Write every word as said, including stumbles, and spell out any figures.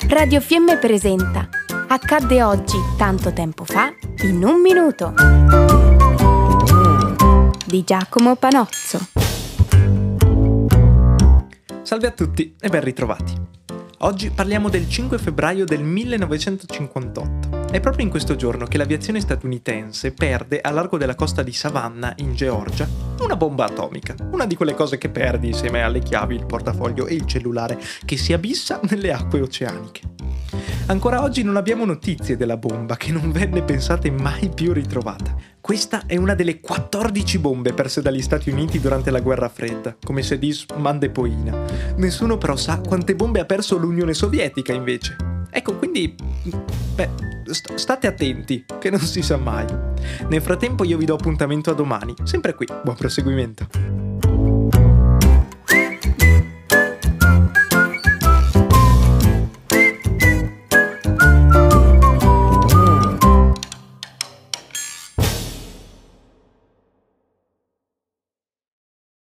Radio Fiemme presenta Accadde oggi, tanto tempo fa, in un minuto di Giacomo Panozzo. Salve a tutti e ben ritrovati. Oggi parliamo del cinque febbraio del millenovecentocinquantotto. È proprio in questo giorno che l'aviazione statunitense perde a largo della costa di Savannah, in Georgia, una bomba atomica. Una di quelle cose che perdi insieme alle chiavi, il portafoglio e il cellulare, che si abissa nelle acque oceaniche. Ancora oggi non abbiamo notizie della bomba, che non venne, pensate, mai più ritrovata. Questa è una delle quattordici bombe perse dagli Stati Uniti durante la guerra fredda, come se dis mande poina. Nessuno però sa quante bombe ha perso l'Unione Sovietica invece. Ecco, quindi, beh, st- state attenti, che non si sa mai. Nel frattempo io vi do appuntamento a domani, sempre qui. Buon proseguimento.